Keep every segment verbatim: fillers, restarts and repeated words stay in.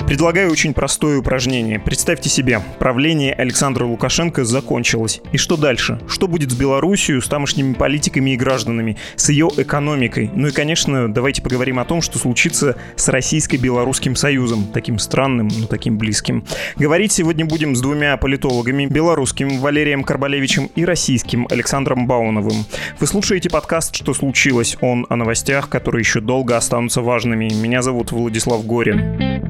Предлагаю очень простое упражнение. Представьте себе, правление Александра Лукашенко закончилось. И что дальше? Что будет с Белоруссией, с тамошними политиками и гражданами, с ее экономикой? Ну и, конечно, давайте поговорим о том, что случится с Российско-Белорусским союзом, таким странным, но таким близким. Говорить сегодня будем с двумя политологами, белорусским Валерием Карбалевичем и российским Александром Бауновым. Вы слушаете подкаст «Что случилось?». Он о новостях, которые еще долго останутся важными. Меня зовут Владислав Горин.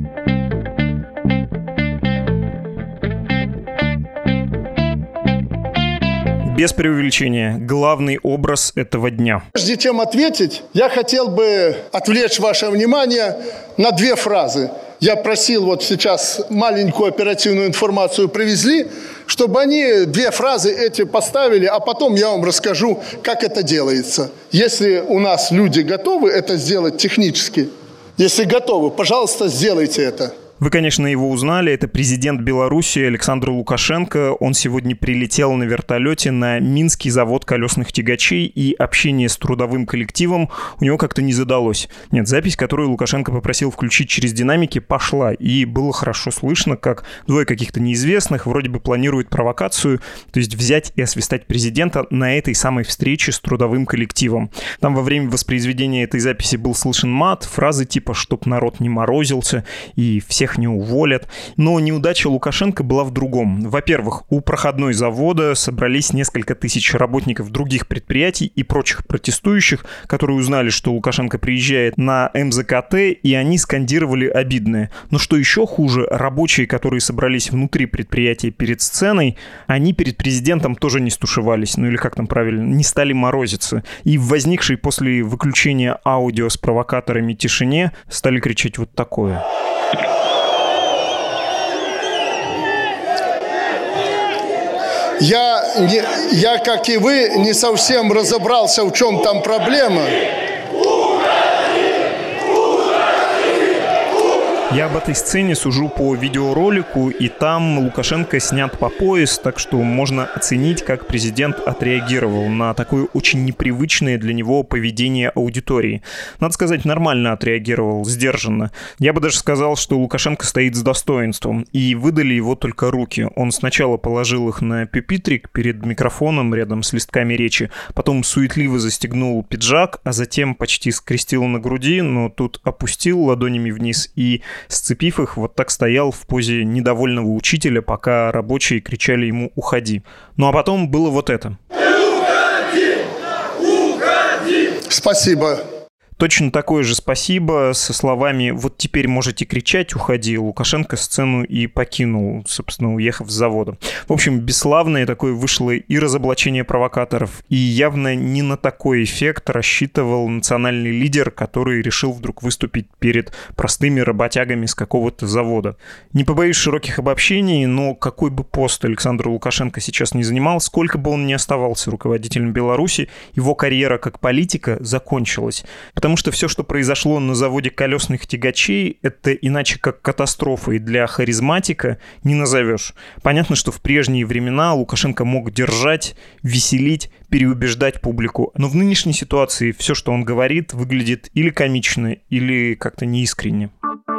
Без преувеличения, главный образ этого дня. Прежде чем ответить, я хотел бы отвлечь ваше внимание на две фразы. Я просил, вот сейчас маленькую оперативную информацию привезли, чтобы они две фразы эти поставили, а потом я вам расскажу, как это делается. Если у нас люди готовы это сделать технически, если готовы, пожалуйста, сделайте это. Вы, конечно, его узнали. Это президент Беларуси Александр Лукашенко. Он сегодня прилетел на вертолете на Минский завод колесных тягачей, и общение с трудовым коллективом у него как-то не задалось. Нет, запись, которую Лукашенко попросил включить через динамики, пошла, и было хорошо слышно, как двое каких-то неизвестных вроде бы планируют провокацию, то есть взять и освистать президента на этой самой встрече с трудовым коллективом. Там во время воспроизведения этой записи был слышен мат, фразы типа «чтоб народ не морозился» и «всех не уволят». Но неудача Лукашенко была в другом. Во-первых, у проходной завода собрались несколько тысяч работников других предприятий и прочих протестующих, которые узнали, что Лукашенко приезжает на эм зэ ка тэ, и они скандировали обидное. Но что еще хуже, рабочие, которые собрались внутри предприятия перед сценой, они перед президентом тоже не стушевались, ну или как там правильно, не стали морозиться. И в возникшей после выключения аудио с провокаторами тишине стали кричать вот такое. Я, не, я, как и вы, не совсем разобрался, в чем там проблема. Я об этой сцене сужу по видеоролику, и там Лукашенко снят по пояс, так что можно оценить, как президент отреагировал на такое очень непривычное для него поведение аудитории. Надо сказать, нормально отреагировал, сдержанно. Я бы даже сказал, что Лукашенко стоит с достоинством, и выдали его только руки. Он сначала положил их на пюпитрик перед микрофоном рядом с листками речи, потом суетливо застегнул пиджак, а затем почти скрестил на груди, но тут опустил ладонями вниз и, сцепив их, вот так стоял в позе недовольного учителя, пока рабочие кричали ему «Уходи». Ну а потом было вот это. Уходи! Уходи! Спасибо. Точно такое же спасибо со словами «Вот теперь можете кричать, уходи». Лукашенко сцену и покинул, собственно, уехав с завода. В общем, бесславное такое вышло и разоблачение провокаторов, и явно не на такой эффект рассчитывал национальный лидер, который решил вдруг выступить перед простыми работягами с какого-то завода. Не побоюсь широких обобщений, но какой бы пост Александр Лукашенко сейчас не занимал, сколько бы он ни оставался руководителем Беларуси, его карьера как политика закончилась. Потому что все, что произошло на заводе колесных тягачей, это иначе как катастрофой для харизматика не назовешь. Понятно, что в прежние времена Лукашенко мог держать, веселить, переубеждать публику. Но в нынешней ситуации все, что он говорит, выглядит или комично, или как-то неискренне.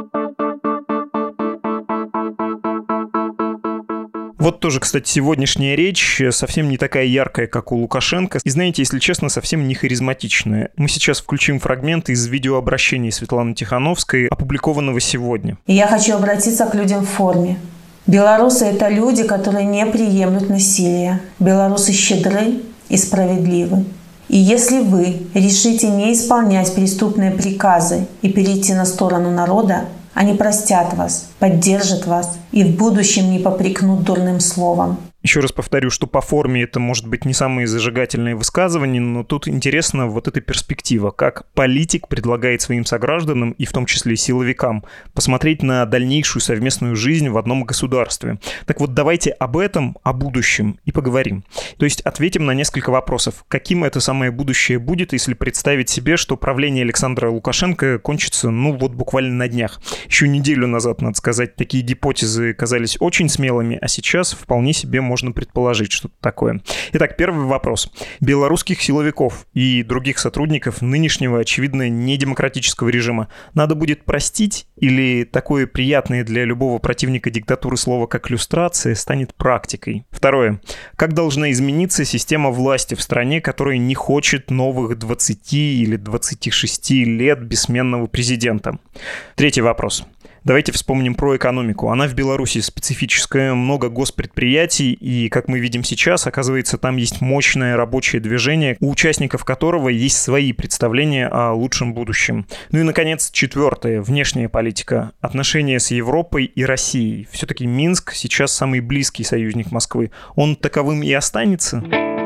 Вот тоже, кстати, сегодняшняя речь совсем не такая яркая, как у Лукашенко. И знаете, если честно, совсем не харизматичная. Мы сейчас включим фрагмент из видеообращения Светланы Тихановской, опубликованного сегодня. Я хочу обратиться к людям в форме. Белорусы – это люди, которые не приемлют насилия. Белорусы щедры и справедливы. И если вы решите не исполнять преступные приказы и перейти на сторону народа, они простят вас, поддержат вас и в будущем не попрекнут дурным словом. Еще раз повторю, что по форме это может быть не самые зажигательные высказывания, но тут интересна вот эта перспектива, как политик предлагает своим согражданам, и в том числе силовикам, посмотреть на дальнейшую совместную жизнь в одном государстве. Так вот, давайте об этом, о будущем и поговорим. То есть ответим на несколько вопросов. Каким это самое будущее будет, если представить себе, что правление Александра Лукашенко кончится, ну вот буквально на днях. Еще неделю назад, надо сказать, такие гипотезы казались очень смелыми, а сейчас вполне себе можно предположить что-то такое. Итак, первый вопрос. Белорусских силовиков и других сотрудников нынешнего, очевидно, недемократического режима надо будет простить Или такое приятное для любого противника диктатуры слово, как люстрация, станет практикой? Второе. Как должна измениться система власти в стране, которая не хочет новых двадцати или двадцати шести лет бессменного президента? Третий вопрос. Давайте вспомним про экономику. Она в Беларуси специфическая, много госпредприятий, и, как мы видим сейчас, оказывается, там есть мощное рабочее движение, у участников которого есть свои представления о лучшем будущем. Ну и, наконец, четвертое. Внешняя политика. Отношения с Европой и Россией. Все-таки Минск сейчас самый близкий союзник Москвы. Он таковым и останется?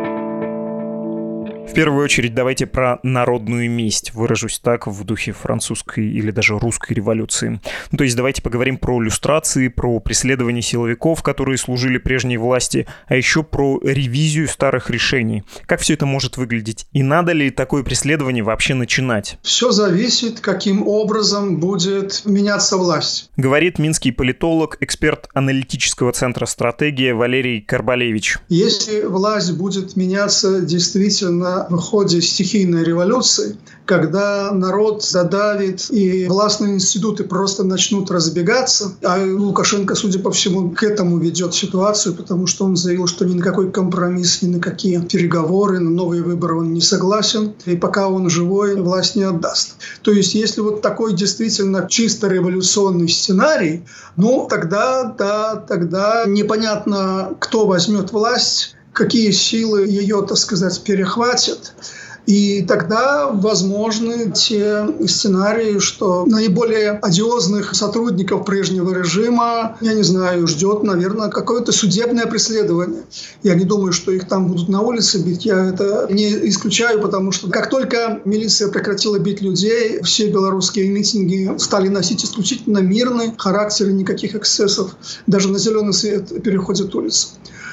В первую очередь давайте про народную месть, выражусь так в духе французской или даже русской революции. Ну, то есть давайте поговорим про люстрации, про преследование силовиков, которые служили прежней власти, а еще про ревизию старых решений. Как все это может выглядеть? И надо ли такое преследование вообще начинать? Все зависит, каким образом будет меняться власть. Говорит минский политолог, эксперт аналитического центра «Стратегия» Валерий Карбалевич. Если власть будет меняться действительно в ходе стихийной революции, когда народ задавит и властные институты просто начнут разбегаться, а Лукашенко, судя по всему, к этому ведет ситуацию, потому что он заявил, что ни на какой компромисс, ни на какие переговоры, на новые выборы он не согласен, и пока он живой, власть не отдаст. То есть, если вот такой действительно чисто революционный сценарий, ну, тогда, да, тогда непонятно, кто возьмет власть, какие силы ее, так сказать, перехватят. И тогда возможны те сценарии, что наиболее одиозных сотрудников прежнего режима, я не знаю, ждет, наверное, какое-то судебное преследование. Я не думаю, что их там будут на улице бить. Я это не исключаю, потому что как только милиция прекратила бить людей, все белорусские митинги стали носить исключительно мирный характер и никаких эксцессов. Даже на зеленый свет переходят улицы.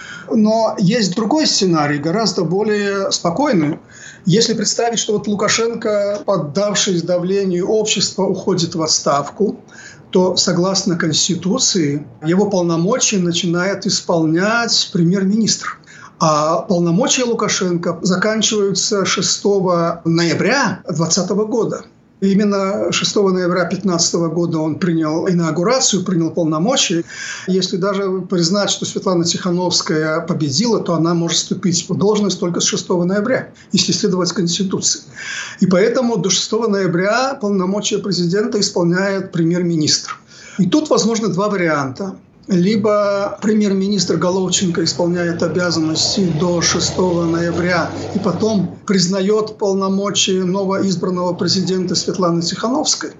Но есть другой сценарий, гораздо более спокойный. Если представить, что вот Лукашенко, поддавшись давлению общества, уходит в отставку, то, согласно Конституции, его полномочия начинает исполнять премьер-министр. А полномочия Лукашенко заканчиваются шестого ноября двадцатого года. Именно шестого ноября две тысячи пятнадцатого года он принял инаугурацию, принял полномочия. Если даже признать, что Светлана Тихановская победила, то она может вступить в должность только с шестого ноября, если следовать Конституции. И поэтому до шестого ноября полномочия президента исполняет премьер-министр. И тут возможны два варианта. Либо премьер-министр Головченко исполняет обязанности до шестого ноября и потом признает полномочия новоизбранного президента Светланы Тихановской.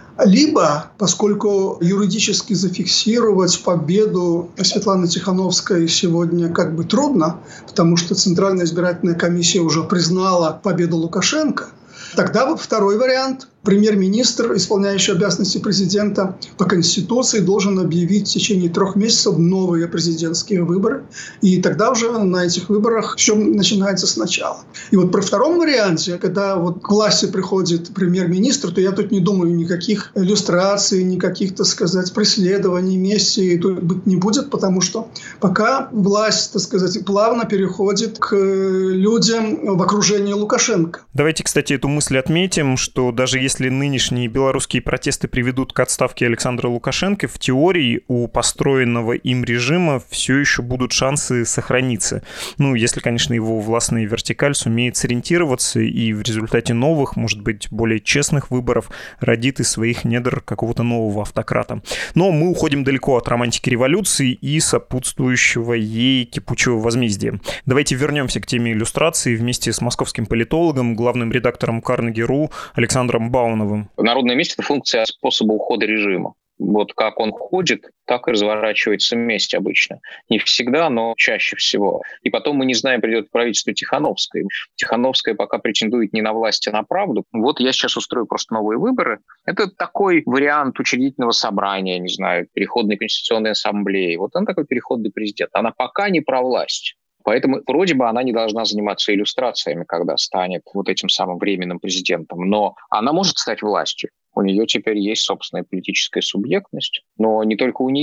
Либо, поскольку юридически зафиксировать победу Светланы Тихановской сегодня как бы трудно, потому что Центральная избирательная комиссия уже признала победу Лукашенко, тогда второй вариант. Премьер-министр, исполняющий обязанности президента по Конституции, должен объявить в течение трех месяцев новые президентские выборы. И тогда уже на этих выборах все начинается сначала. И вот при втором варианте, когда вот к власти приходит премьер-министр, то я тут не думаю никаких иллюстраций, никаких, так сказать, преследований, мести тут быть не будет, потому что пока власть, так сказать, плавно переходит к людям в окружении Лукашенко. Давайте, кстати, эту мысль отметим, что даже если Если нынешние белорусские протесты приведут к отставке Александра Лукашенко, в теории у построенного им режима все еще будут шансы сохраниться. Ну, если, конечно, его властная вертикаль сумеет сориентироваться и в результате новых, может быть, более честных выборов родит из своих недр какого-то нового автократа. Но мы уходим далеко от романтики революции и сопутствующего ей кипучего возмездия. Давайте вернемся к теме иллюстрации вместе с московским политологом, главным редактором Carnegie.ru Александром Бауновым. Народная месть – это функция способа ухода режима. Вот как он ходит, так и разворачивается месть обычно. Не всегда, но чаще всего. И потом мы не знаем, придет правительство Тихановской. Тихановская пока претендует не на власть, а на правду. Вот я сейчас устрою просто новые выборы. Это такой вариант учредительного собрания, не знаю, переходной конституционной ассамблеи. Вот он такой переходный президент. Она пока не про власть. Поэтому вроде бы она не должна заниматься иллюстрациями, когда станет вот этим самым временным президентом. Но она может стать властью. У нее теперь есть собственная политическая субъектность, но не только у нее.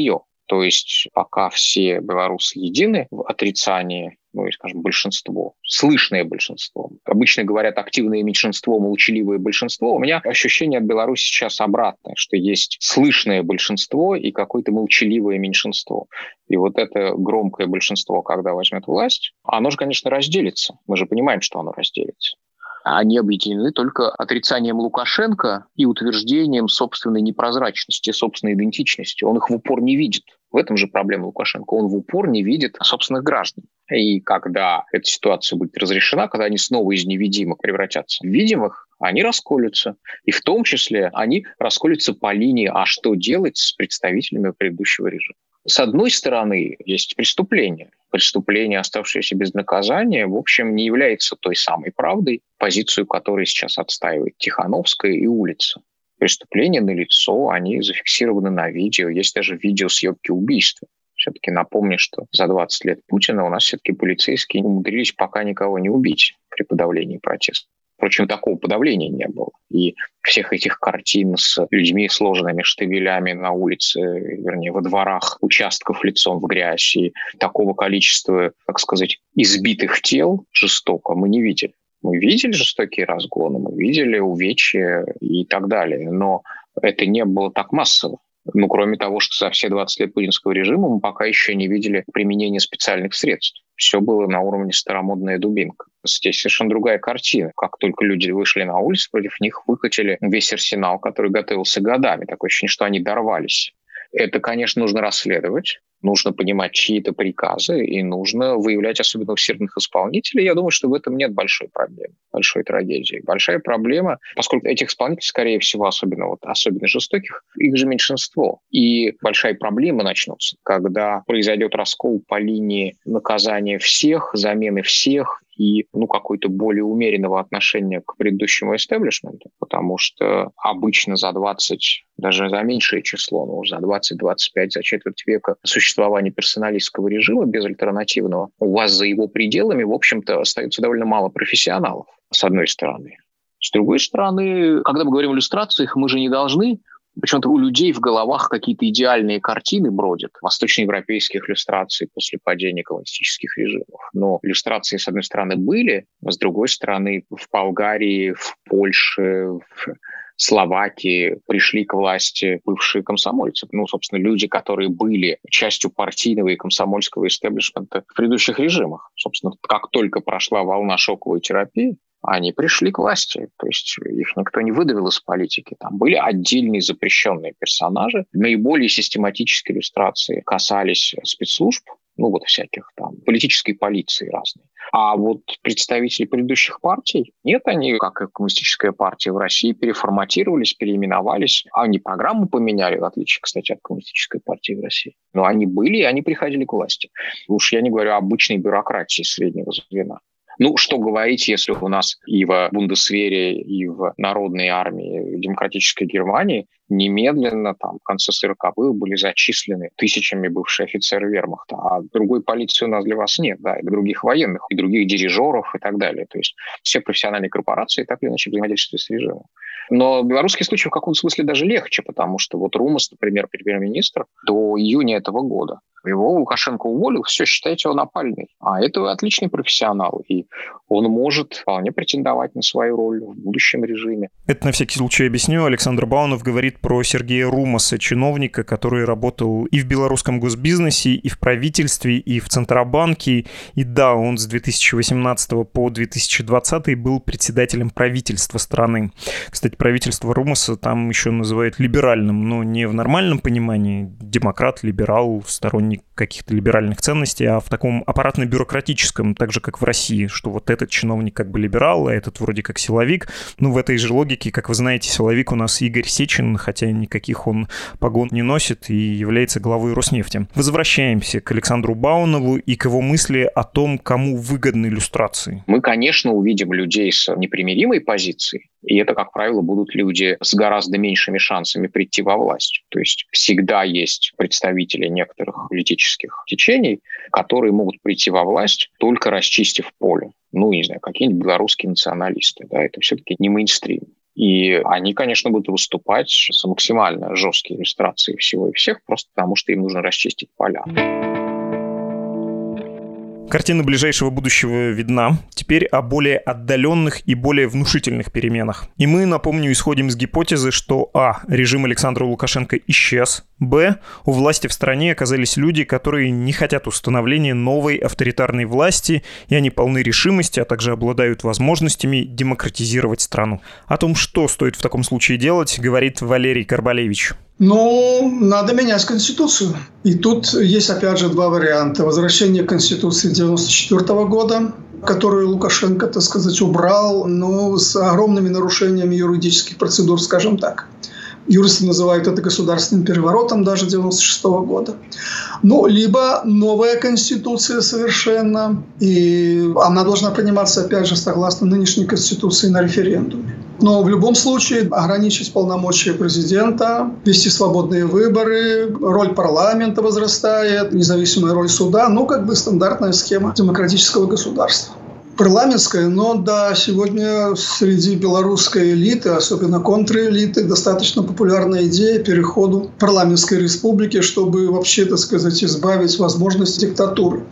То есть пока все белорусы едины в отрицании, ну и, скажем, большинство, слышное большинство. Обычно говорят активное меньшинство, молчаливое большинство. У меня ощущение от Беларуси сейчас обратное, что есть слышное большинство и какое-то молчаливое меньшинство. И вот это громкое большинство, когда возьмет власть, оно же, конечно, разделится. Мы же понимаем, что оно разделится. Они объединены только отрицанием Лукашенко и утверждением собственной непрозрачности, собственной идентичности. Он их в упор не видит. В этом же проблема Лукашенко. Он в упор не видит собственных граждан. И когда эта ситуация будет разрешена, когда они снова из невидимых превратятся в видимых, они расколются. И в том числе они расколются по линии, а что делать с представителями предыдущего режима. С одной стороны, есть преступление. Преступление, оставшееся без наказания, в общем, не является той самой правдой, позицию которой сейчас отстаивает Тихановская и улица. Преступления налицо, они зафиксированы на видео, есть даже видеосъемки убийства. Все-таки напомню, что за двадцать лет Путина у нас все-таки полицейские умудрились пока никого не убить при подавлении протеста. Впрочем, такого подавления не было. И всех этих картин с людьми, сложенными штабелями на улице, вернее, во дворах участков лицом в грязь, и такого количества, так сказать, избитых тел жестоко мы не видели. Мы видели жестокие разгоны, мы видели увечья и так далее, но это не было так массово. Ну, кроме того, что за все двадцать лет путинского режима мы пока еще не видели применения специальных средств. Все было на уровне старомодная дубинка. Здесь совершенно другая картина. Как только люди вышли на улицу, против них выкатили весь арсенал, который готовился годами. Такое ощущение, что они дорвались. Это, конечно, нужно расследовать, нужно понимать чьи-то приказы и нужно выявлять особенно усердных исполнителей. Я думаю, что в этом нет большой проблемы, большой трагедии. Большая проблема, поскольку этих исполнителей, скорее всего, особенно, вот, особенно жестоких, их же меньшинство. И большая проблема начнется, когда произойдет раскол по линии наказания всех, замены всех, и ну, какой-то более умеренного отношения к предыдущему истеблишменту, потому что обычно за двадцать, даже за меньшее число, ну, за двадцать-двадцать пять, за четверть века существования персоналистского режима безальтернативного, у вас за его пределами, в общем-то, остается довольно мало профессионалов, с одной стороны. С другой стороны, когда мы говорим о иллюстрациях, мы же не должны... Почему-то у людей в головах какие-то идеальные картины бродят восточноевропейских иллюстраций после падения коммунистических режимов. Но иллюстрации, с одной стороны, были, а с другой стороны, в Болгарии, в Польше, в Словакии пришли к власти бывшие комсомольцы. Ну, собственно, люди, которые были частью партийного и комсомольского истеблишмента в предыдущих режимах. Собственно, как только прошла волна шоковой терапии, они пришли к власти, то есть их никто не выдавил из политики. Там были отдельные запрещенные персонажи. Наиболее систематические иллюстрации касались спецслужб, ну вот всяких там, политической полиции разной. А вот представители предыдущих партий, нет, они, как и коммунистическая партия в России, переформатировались, переименовались. Они программу поменяли, в отличие, кстати, от коммунистической партии в России. Но они были, и они приходили к власти. Уж я не говорю о обычной бюрократии среднего звена. Ну, что говорить, если у нас и в Бундесвере, и в Народной армии демократической Германии немедленно, там, в конце сороковых были зачислены тысячами бывшие офицеры вермахта, а другой полиции у нас для вас нет, да, и других военных, и других дирижеров и так далее. То есть все профессиональные корпорации так или иначе взаимодействуют с режимом. Но белорусский случай в каком-то смысле даже легче, потому что вот Румас, например, премьер-министр, до июня этого года. Его Лукашенко уволил, все, считайте его напальный. А это отличный профессионал, и он может вполне претендовать на свою роль в будущем режиме. Это на всякий случай объясню. Александр Баунов говорит про Сергея Румаса, чиновника, который работал и в белорусском госбизнесе, и в правительстве, и в Центробанке. И да, он с две тысячи восемнадцатого по две тысячи двадцатый был председателем правительства страны. Кстати, правительство Румаса там еще называют либеральным, но не в нормальном понимании. Демократ, либерал, сторонник каких-то либеральных ценностей, а в таком аппаратно-бюрократическом, так же, как в России, что вот этот чиновник как бы либерал, а этот вроде как силовик. Ну, в этой же логике, как вы знаете, силовик у нас Игорь Сечин, хотя никаких он погон не носит и является главой Роснефти. Возвращаемся к Александру Баунову и к его мысли о том, кому выгодны иллюстрации. Мы, конечно, увидим людей с непримиримой позицией, и это, как правило, будут люди с гораздо меньшими шансами прийти во власть. То есть всегда есть представители некоторых политических течений, которые могут прийти во власть, только расчистив поле. Ну, не знаю, какие-нибудь белорусские националисты. Да, это все-таки не мейнстрим. И они, конечно, будут выступать за максимально жесткие иллюстрации всего и всех, просто потому что им нужно расчистить поля. Картина ближайшего будущего видна. Теперь о более отдаленных и более внушительных переменах. И мы, напомню, исходим из гипотезы, что а. режим Александра Лукашенко исчез, б. у власти в стране оказались люди, которые не хотят установления новой авторитарной власти, и они полны решимости, а также обладают возможностями демократизировать страну. О том, что стоит в таком случае делать, говорит Валерий Карбалевич. Ну, надо менять Конституцию. И тут есть, опять же, два варианта. Возвращение к Конституции девяносто четвёртого года, которую Лукашенко, так сказать, убрал, но с огромными нарушениями юридических процедур, скажем так. Юристы называют это государственным переворотом даже девяносто шестого года. Ну, либо новая Конституция совершенно, и она должна приниматься, опять же, согласно нынешней Конституции на референдуме. Но в любом случае ограничить полномочия президента, вести свободные выборы, роль парламента возрастает, независимая роль суда, ну, как бы стандартная схема демократического государства. Парламентская, но да, сегодня среди белорусской элиты, особенно контрэлиты, достаточно популярная идея перехода к парламентской республике, чтобы вообще, так сказать, избавить возможность диктатуры.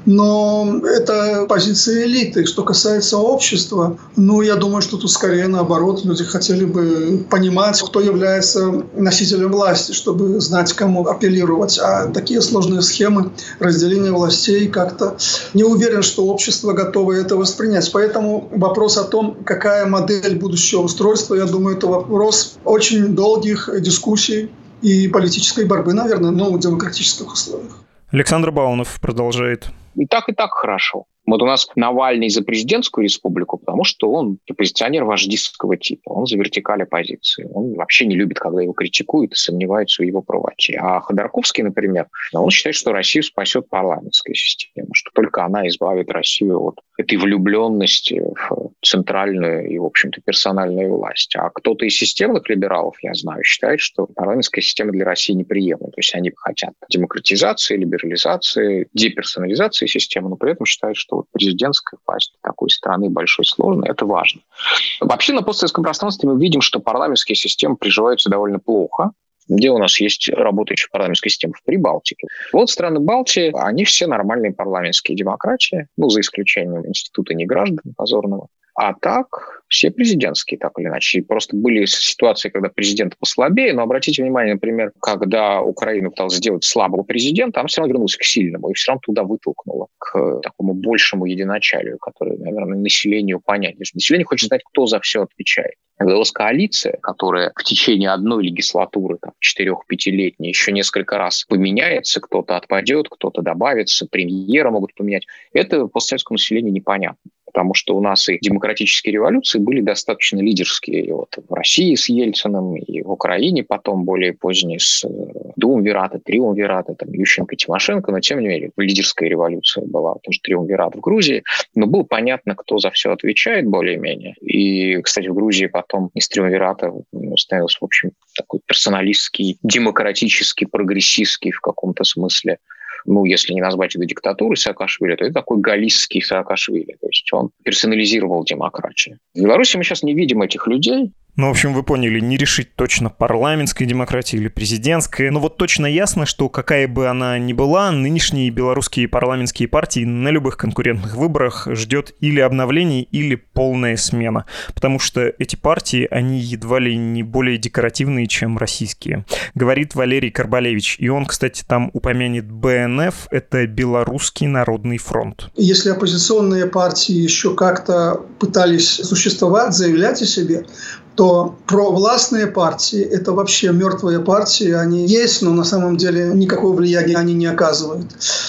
Но это позиция элиты. Что касается общества, ну, я думаю, что тут скорее наоборот. Люди хотели бы понимать, кто является носителем власти, чтобы знать, кому апеллировать. А такие сложные схемы разделения властей как-то не уверен, что общество готово это воспринять. Поэтому вопрос о том, какая модель будущего устройства, я думаю, это вопрос очень долгих дискуссий и политической борьбы, наверное, но в демократических условиях. Александр Баунов продолжает. И так, и так хорошо. Вот у нас Навальный за президентскую республику, потому что он оппозиционер вождистского типа, он за вертикаль оппозиции. Он вообще не любит, когда его критикуют и сомневаются в его правоте. А Ходорковский, например, он считает, что Россию спасет парламентская система, что только она избавит Россию от этой влюбленности в центральную и, в общем-то, персональную власть. А кто-то из системных либералов, я знаю, считает, что парламентская система для России неприемлема. То есть они хотят демократизации, либерализации, деперсонализации системы, но при этом считают, что вот президентская власть такой страны большой, сложной, это важно. Вообще на постсоветском пространстве мы видим, что парламентские системы приживаются довольно плохо. Где у нас есть работающая парламентская система? В Прибалтике. Вот страны Балтии, они все нормальные парламентские демократии, ну, за исключением института неграждан позорного. А так, все президентские, так или иначе. И просто были ситуации, когда президент послабее, но обратите внимание, например, когда Украина пыталась сделать слабого президента, она все равно вернулась к сильному и все равно туда вытолкнула, к такому большему единочалию, которое, наверное, населению понятно. Население хочет знать, кто за все отвечает. Удалась коалиция, которая в течение одной легислатуры, там, четырех-пятилетней, еще несколько раз поменяется, кто-то отпадет, кто-то добавится, премьера могут поменять. Это постсоветскому населению непонятно. Потому что у нас и демократические революции были достаточно лидерские. И вот в России с Ельциным, и в Украине потом более поздние с Думвирата, Триумвирата, там, Ющенко, Тимошенко. Но, тем не менее, лидерская революция была, тоже Триумвират в Грузии. Но было понятно, кто за все отвечает более-менее. И, кстати, в Грузии потом из Триумвирата становился, в общем, такой персоналистский, демократический, прогрессистский в каком-то смысле. Ну, если не назвать это диктатурой Саакашвили, то это такой галлийский Саакашвили. То есть он персонализировал демократию. В Беларуси мы сейчас не видим этих людей. Ну, в общем, вы поняли, не решить точно парламентской демократии или президентской. Но вот точно ясно, что какая бы она ни была, нынешние белорусские парламентские партии на любых конкурентных выборах ждет или обновление, или полная смена. Потому что эти партии, они едва ли не более декоративные, чем российские. Говорит Валерий Карбалевич. И он, кстати, там упомянет Бэ Эн Эф, это Белорусский народный фронт. Если оппозиционные партии еще как-то пытались существовать, заявлять о себе, то провластные партии – это вообще мертвые партии. Они есть, но на самом деле никакого влияния они не оказывают.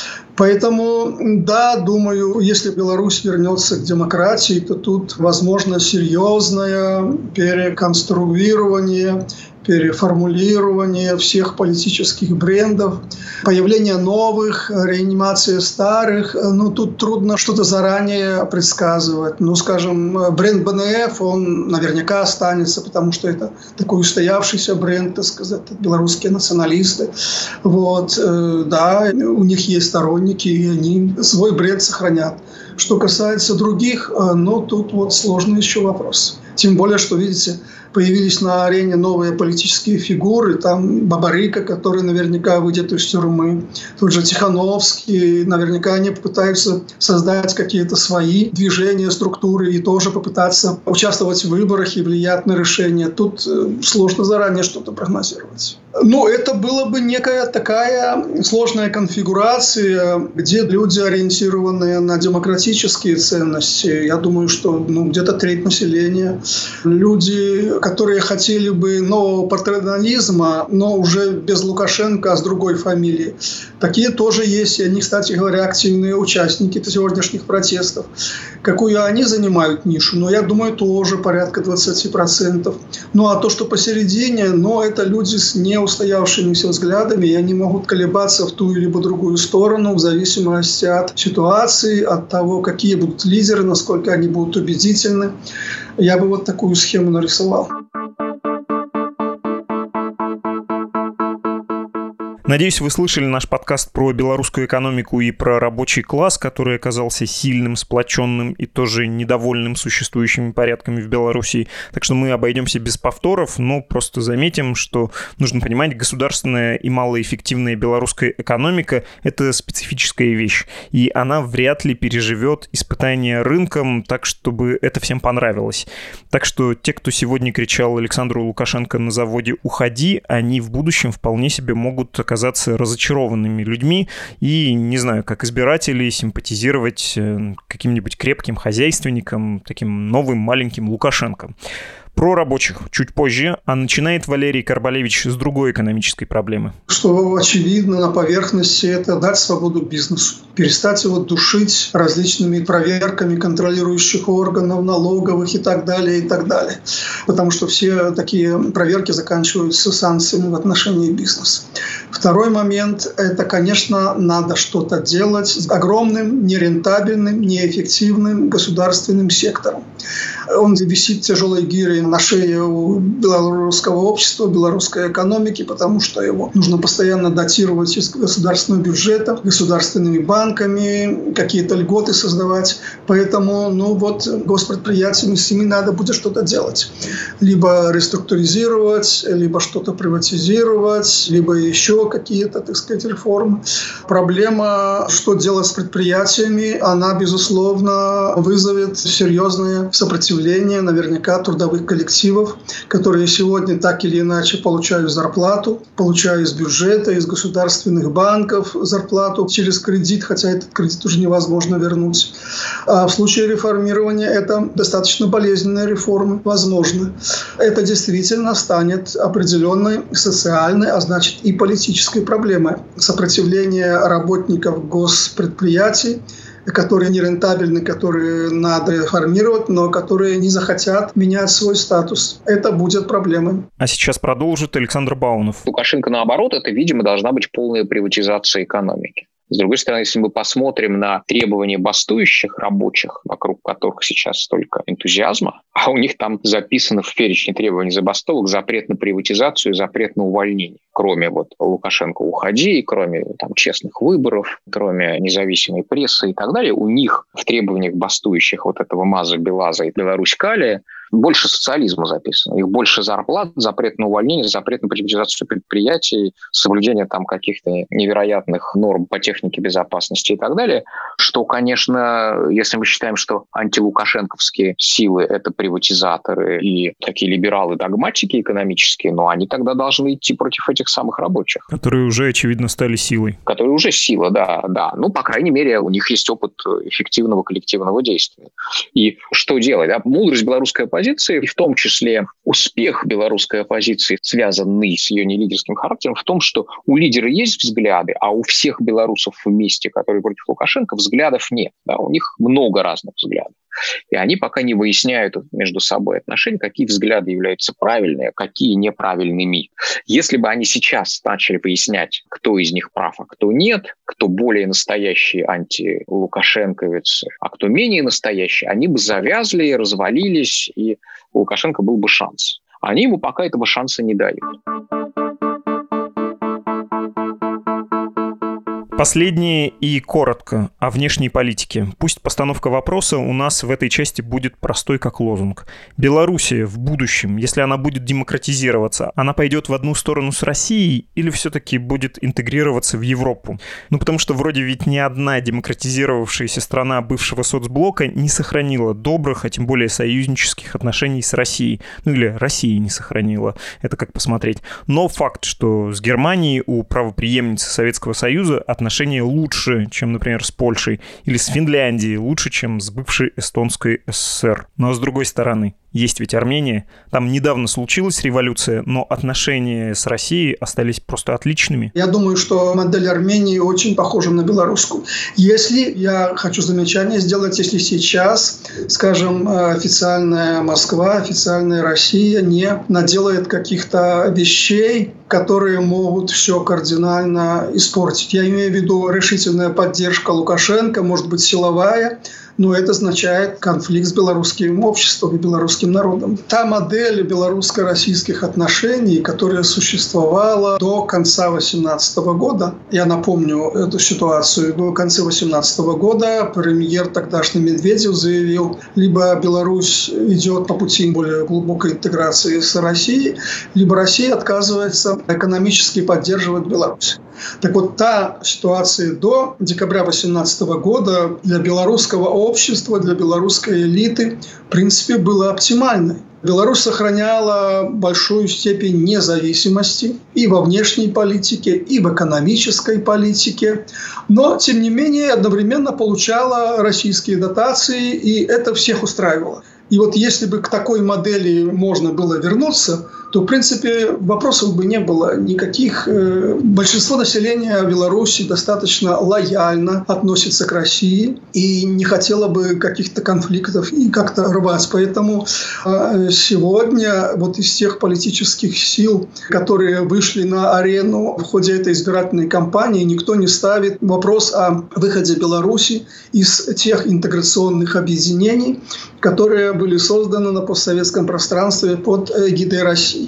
Поэтому, да, думаю, если Беларусь вернется к демократии, то тут возможно серьезное переконструирование, переформулирование всех политических брендов, появление новых, реанимация старых. Ну, тут трудно что-то заранее предсказывать. Ну, скажем, бренд Бэ Эн Эф, он наверняка останется, потому что это такой устоявшийся бренд, так сказать, белорусские националисты. Вот, да, у них есть сторонники, и они свой бренд сохранят. Что касается других, ну, тут вот сложный еще вопрос. Тем более, что, видите, появились на арене новые политические фигуры. Там Бабарика, который наверняка выйдет из тюрьмы. Тут же Тихановский. Наверняка они попытаются создать какие-то свои движения, структуры и тоже попытаться участвовать в выборах и влиять на решения. Тут сложно заранее что-то прогнозировать. Ну, это была бы некая такая сложная конфигурация, где люди, ориентированные на демократические ценности, я думаю, что ну, где-то треть населения, люди, которые хотели бы нового патриотизма, но уже без Лукашенко, а с другой фамилией. Такие тоже есть, и они, кстати говоря, активные участники сегодняшних протестов. Какую они занимают нишу? Ну, я думаю, тоже порядка двадцать процентов. Ну, а то, что посередине, ну, это люди с неустоявшимися взглядами, и они могут колебаться в ту или другую сторону в зависимости от ситуации, от того, какие будут лидеры, насколько они будут убедительны. Я бы вот такую схему нарисовал. Надеюсь, вы слышали наш подкаст про белорусскую экономику и про рабочий класс, который оказался сильным, сплоченным и тоже недовольным существующими порядками в Беларуси. Так что мы обойдемся без повторов, но просто заметим, что нужно понимать, государственная и малоэффективная белорусская экономика – это специфическая вещь, и она вряд ли переживет испытание рынком так, чтобы это всем понравилось. Так что те, кто сегодня кричал Александру Лукашенко на заводе «Уходи», они в будущем вполне себе могут оказаться разочарованными людьми и, не знаю, как избиратели, симпатизировать каким-нибудь крепким хозяйственникам, таким новым маленьким Лукашенко. Про рабочих чуть позже, а начинает Валерий Карбалевич с другой экономической проблемы. Что очевидно на поверхности, это дать свободу бизнесу. Перестать его душить различными проверками контролирующих органов, налоговых и так далее, и так далее. Потому что все такие проверки заканчиваются санкциями в отношении бизнеса. Второй момент – это, конечно, надо что-то делать с огромным, нерентабельным, неэффективным государственным сектором. Он висит тяжелой гирей на шее у белорусского общества, белорусской экономики, потому что его нужно постоянно датировать из государственного бюджета, государственными банками, какие-то льготы создавать. Поэтому, ну вот, госпредприятиями с ними надо будет что-то делать. Либо реструктуризировать, либо что-то приватизировать, либо еще какие-то, так сказать, реформы. Проблема, что делать с предприятиями, она, безусловно, вызовет серьезное сопротивление, наверняка, трудовых коллективов, которые сегодня так или иначе получают зарплату, получают из бюджета, из государственных банков зарплату через кредит, хотя этот кредит уже невозможно вернуть. А в случае реформирования это достаточно болезненная реформа, возможно. Это действительно станет определенной социальной, а значит и политической проблемой. Сопротивление работников госпредприятий, которые нерентабельны, которые надо реформировать, но которые не захотят менять свой статус. Это будет проблемой. А сейчас продолжит Александр Баунов. Лукашенко, наоборот, это, видимо, должна быть полная приватизация экономики. С другой стороны, если мы посмотрим на требования бастующих рабочих, вокруг которых сейчас столько энтузиазма, а у них там записано в перечне требований забастовок запрет на приватизацию, запрет на увольнение. Кроме вот Лукашенко «Уходи», кроме там честных выборов, кроме независимой прессы и так далее, у них в требованиях бастующих вот этого МАЗа, БелАЗа и Беларусь-Калия больше социализма записано. Их больше зарплат, запрет на увольнение, запрет на приватизацию предприятий, соблюдение там каких-то невероятных норм по технике безопасности и так далее. Что, конечно, если мы считаем, что антилукашенковские силы – это приватизаторы и такие либералы-догматики экономические, но они тогда должны идти против этих самых рабочих. Которые уже, очевидно, стали силой. Которые уже сила, да, да. Ну, по крайней мере, у них есть опыт эффективного коллективного действия. И что делать? Да? Мудрость белорусской оппозиции, и в том числе успех белорусской оппозиции, связанный с ее нелидерским характером, в том, что у лидера есть взгляды, а у всех белорусов вместе, которые против Лукашенко, взглядов нет. Да? У них много разных взглядов. И они пока не выясняют между собой отношения, какие взгляды являются правильными, а какие неправильными. Если бы они сейчас начали выяснять, кто из них прав, а кто нет, кто более настоящие антилукашенковец, а кто менее настоящий, они бы завязли, развалились, и у Лукашенко был бы шанс. Они ему пока этого шанса не дают. Последнее и коротко о внешней политике. Пусть постановка вопроса у нас в этой части будет простой как лозунг. Белоруссия в будущем, если она будет демократизироваться, она пойдет в одну сторону с Россией или все-таки будет интегрироваться в Европу? Ну, потому что вроде ведь ни одна демократизировавшаяся страна бывшего соцблока не сохранила добрых, а тем более союзнических отношений с Россией. Ну, или Россия не сохранила. Это как посмотреть. Но факт, что с Германией у правопреемницы Советского Союза отношения Отношения лучше, чем, например, с Польшей, или с Финляндией, лучше, чем с бывшей эстонской ССР. Но с другой стороны, есть ведь Армения. Там недавно случилась революция, но отношения с Россией остались просто отличными. Я думаю, что модель Армении очень похожа на белорусскую. Если, я хочу замечание сделать, если сейчас, скажем, официальная Москва, официальная Россия не наделает каких-то вещей, которые могут все кардинально испортить. Я имею в виду решительная поддержка Лукашенко, может быть, силовая, но это означает конфликт с белорусским обществом и белорусским народом. Та модель белорусско-российских отношений, которая существовала до конца две тысячи восемнадцатого года, я напомню эту ситуацию, до конца две тысячи восемнадцатого года премьер тогдашний Медведев заявил, либо Беларусь идет по пути более глубокой интеграции с Россией, либо Россия отказывается экономически поддерживать Беларусь. Так вот, та ситуация до декабря две тысячи восемнадцатого года для белорусского общества, для белорусской элиты, в принципе, была оптимальной. Беларусь сохраняла большую степень независимости и во внешней политике, и в экономической политике, но, тем не менее, одновременно получала российские дотации, и это всех устраивало. И вот если бы к такой модели можно было вернуться, то, в принципе, вопросов бы не было никаких. Большинство населения Беларуси достаточно лояльно относится к России и не хотело бы каких-то конфликтов и как-то рвать. Поэтому сегодня вот из тех политических сил, которые вышли на арену в ходе этой избирательной кампании, никто не ставит вопрос о выходе Беларуси из тех интеграционных объединений, которые были созданы на постсоветском пространстве под эгидой России.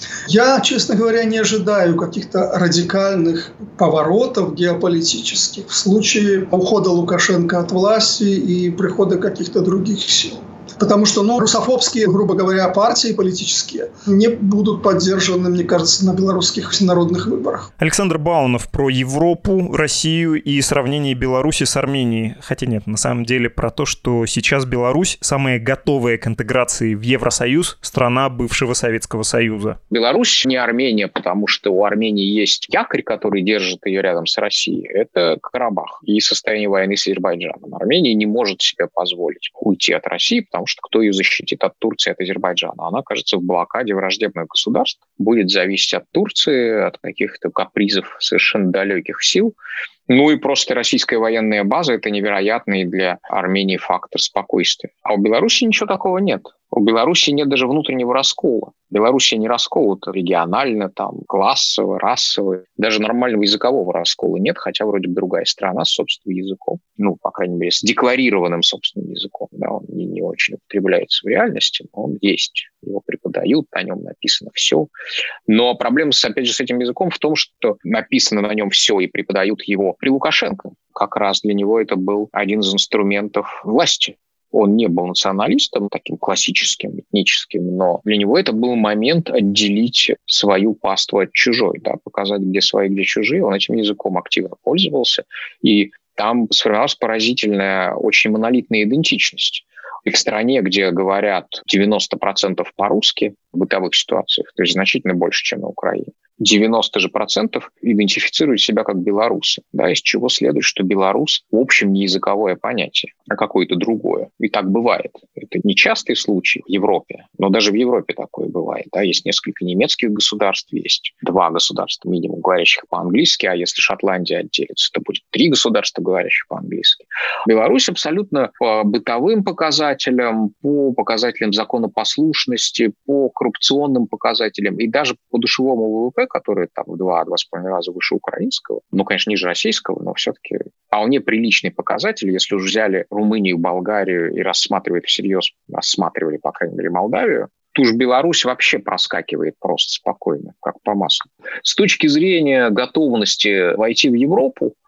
Я, честно говоря, не ожидаю каких-то радикальных поворотов геополитических в случае ухода Лукашенко от власти и прихода каких-то других сил. Потому что ну, русофобские, грубо говоря, партии политические не будут поддержаны, мне кажется, на белорусских всенародных выборах. Александр Баунов про Европу, Россию и сравнение Беларуси с Арменией. Хотя нет, на самом деле про то, что сейчас Беларусь самая готовая к интеграции в Евросоюз страна бывшего Советского Союза. Беларусь не Армения, потому что у Армении есть якорь, который держит ее рядом с Россией. Это Карабах и состояние войны с Азербайджаном. Армения не может себе позволить уйти от России, потому что кто ее защитит от Турции, от Азербайджана? Она окажется в блокаде враждебных государств, будет зависеть от Турции, от каких-то капризов совершенно далеких сил. Ну и просто российская военная база – это невероятный для Армении фактор спокойствия. А у Беларуси ничего такого нет. У Беларуси нет даже внутреннего раскола. Белоруссия не расколота регионально, там, классово, расово. Даже нормального языкового раскола нет, хотя вроде бы другая страна с собственным языком. Ну, по крайней мере, с декларированным собственным языком. Да, он не, не очень употребляется в реальности, но он есть. Его преподают, на нем написано все. Но проблема, опять же, с этим языком в том, что написано на нем все и преподают его при Лукашенко. Как раз для него это был один из инструментов власти. Он не был националистом, таким классическим, этническим, но для него это был момент отделить свою паству от чужой, да, показать, где свои, где чужие. Он этим языком активно пользовался, и там сформировалась поразительная, очень монолитная идентичность. И в стране, где говорят девяносто процентов по-русски в бытовых ситуациях, то есть значительно больше, чем на Украине, девяносто же процентов идентифицируют себя как белорусы, да, из чего следует, что белорус в общем не языковое понятие, а какое-то другое. И так бывает. Это нечастый случай в Европе, но даже в Европе такое бывает. Да. Есть несколько немецких государств, есть два государства минимум говорящих по-английски, а если Шотландия отделится, то будет три государства говорящих по-английски. Беларусь абсолютно по бытовым показателям, по показателям законопослушности, по коррупционным показателям и даже по душевому ВВП, который там в два-два с половиной раза выше украинского, ну, конечно, ниже российского, но все-таки вполне приличный показатель, если уж взяли Румынию, Болгарию и рассматривают всерьез, рассматривали, по крайней мере, Молдавию, то уж Беларусь вообще проскакивает просто спокойно, как по маслу. С точки зрения готовности войти в Европу,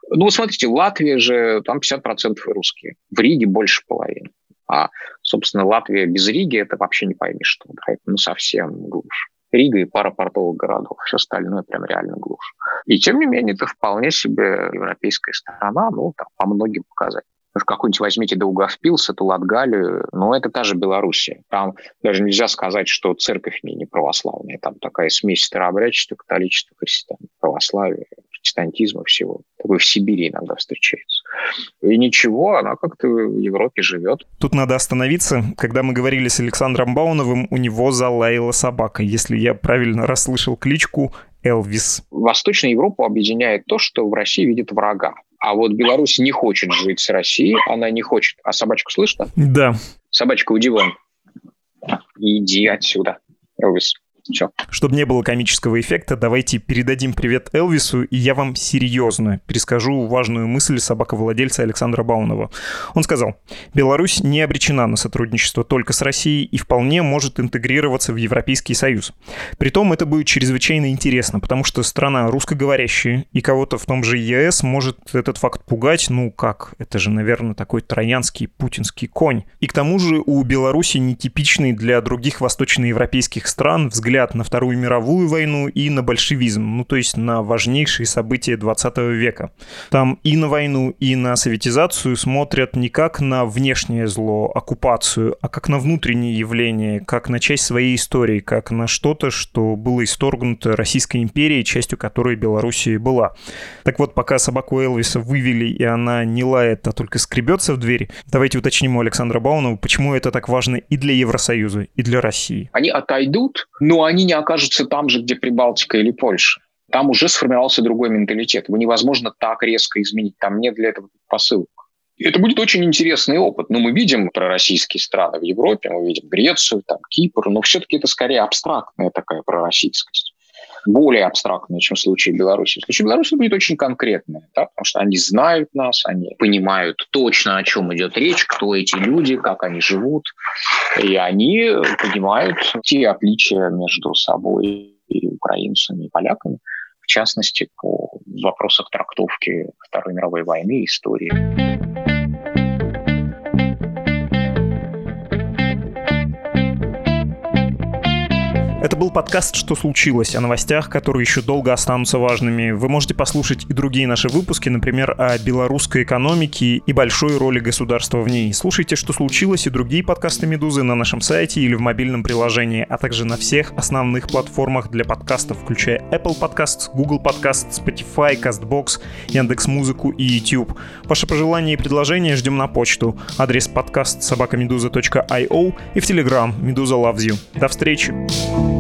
Ну, смотрите, Латвия же, там пятьдесят процентов русские. В Риге больше половины. А, собственно, Латвия без Риги – это вообще не пойми что. Это, ну, совсем глушь. Рига и пара портовых городов. Все остальное прям реально глушь. И, тем не менее, это вполне себе европейская страна, ну, там, по многим показателям. Какой-нибудь возьмите Даугавпилс, эту Латгалию, ну, это та же Белоруссия. Там даже нельзя сказать, что церковь не, не православная. Там такая смесь старообрядчества, католичества, христиан, православия, протестантизма, всего. Такое в Сибири иногда встречается. И ничего, она как-то в Европе живет. Тут надо остановиться. Когда мы говорили с Александром Бауновым, у него залаяла собака. Если я правильно расслышал кличку Элвис. Восточную Европу объединяет то, что в России видит врага. А вот Беларусь не хочет жить с Россией, она не хочет. А собачку слышно? Да. Собачка, уйди вон. Иди отсюда, Элвис. Все. Чтобы не было комического эффекта, давайте передадим привет Элвису, и я вам серьезно перескажу важную мысль собаковладельца Александра Баунова. Он сказал: «Беларусь не обречена на сотрудничество только с Россией и вполне может интегрироваться в Европейский Союз. Притом это будет чрезвычайно интересно, потому что страна русскоговорящая, и кого-то в том же ЕС может этот факт пугать. Ну как, это же, наверное, такой троянский путинский конь. И к тому же у Беларуси нетипичный для других восточноевропейских стран взгляд на Вторую мировую войну и на большевизм, ну то есть на важнейшие события двадцатого века. Там и на войну, и на советизацию смотрят не как на внешнее зло, оккупацию, а как на внутренние явления, как на часть своей истории, как на что-то, что было исторгнуто Российской империей, частью которой Белоруссия была. Так вот, пока собаку Элвиса вывели, и она не лает, а только скребется в дверь, давайте уточним у Александра Баунова, почему это так важно и для Евросоюза, и для России. Они отойдут, но они не окажутся там же, где Прибалтика или Польша. Там уже сформировался другой менталитет. Его невозможно так резко изменить. Там нет для этого посылок. Это будет очень интересный опыт. Но мы видим пророссийские страны в Европе, мы видим Грецию, там, Кипр, но все-таки это скорее абстрактная такая пророссийскость. Более абстрактная, чем в случае Беларуси. В случае Беларуси будет очень конкретная, да, потому что они знают нас, они понимают точно, о чем идет речь, кто эти люди, как они живут, и они понимают те отличия между собой и украинцами, и поляками, в частности, по вопросам трактовки Второй мировой войны и истории. Это был подкаст «Что случилось?» о новостях, которые еще долго останутся важными. Вы можете послушать и другие наши выпуски, например, о белорусской экономике и большой роли государства в ней. Слушайте «Что случилось?» и другие подкасты «Медузы» на нашем сайте или в мобильном приложении, а также на всех основных платформах для подкастов, включая Apple Podcasts, Google Podcasts, Spotify, CastBox, Яндекс.Музыку и YouTube. Ваши пожелания и предложения ждем на почту. Адрес подкаст собака медуза точка ай о и в Telegram Медуза loves you. До встречи!